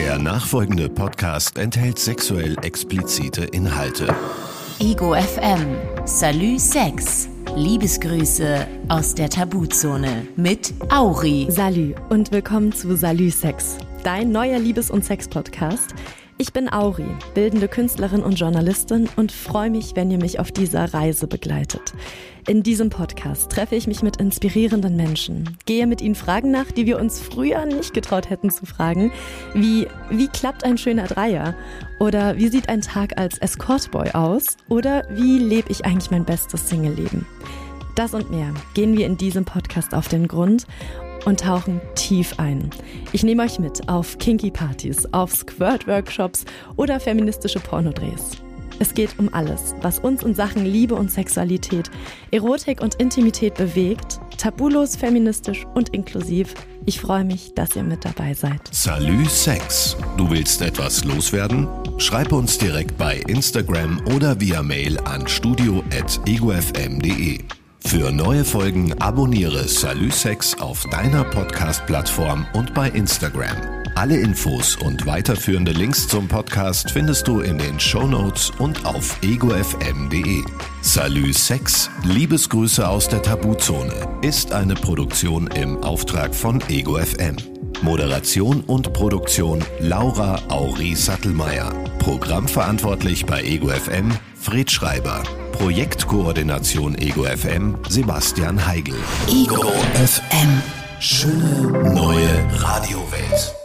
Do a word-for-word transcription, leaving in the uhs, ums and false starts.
Der nachfolgende Podcast enthält sexuell explizite Inhalte. Ego F M. Salü Sex. Liebesgrüße aus der Tabuzone mit Auri. Salü und willkommen zu Salü Sex, dein neuer Liebes- und Sex-Podcast. Ich bin Auri, bildende Künstlerin und Journalistin und freue mich, wenn ihr mich auf dieser Reise begleitet. In diesem Podcast treffe ich mich mit inspirierenden Menschen, gehe mit ihnen Fragen nach, die wir uns früher nicht getraut hätten zu fragen, wie, wie klappt ein schöner Dreier? Oder wie sieht ein Tag als Escortboy aus? Oder wie lebe ich eigentlich mein bestes Single-Leben? Das und mehr gehen wir in diesem Podcast auf den Grund und tauchen tief ein. Ich nehme euch mit auf Kinky-Partys, auf Squirt-Workshops oder feministische Pornodrehs. Es geht um alles, was uns in Sachen Liebe und Sexualität, Erotik und Intimität bewegt, tabulos, feministisch und inklusiv. Ich freue mich, dass ihr mit dabei seid. Salü Sex. Du willst etwas loswerden? Schreib uns direkt bei Instagram oder via Mail an studio at ego f m punkt de. Für neue Folgen abonniere Salü Sex auf deiner Podcast-Plattform und bei Instagram. Alle Infos und weiterführende Links zum Podcast findest du in den Shownotes und auf ego f m punkt de. Salü Sex, Liebesgrüße aus der Tabuzone, ist eine Produktion im Auftrag von Ego F M. Moderation und Produktion Laura Auri Sattelmeier. Programmverantwortlich bei Ego F M Fred Schreiber. Projektkoordination Ego F M Sebastian Heigl. Ego F M. Schöne neue Radiowelt.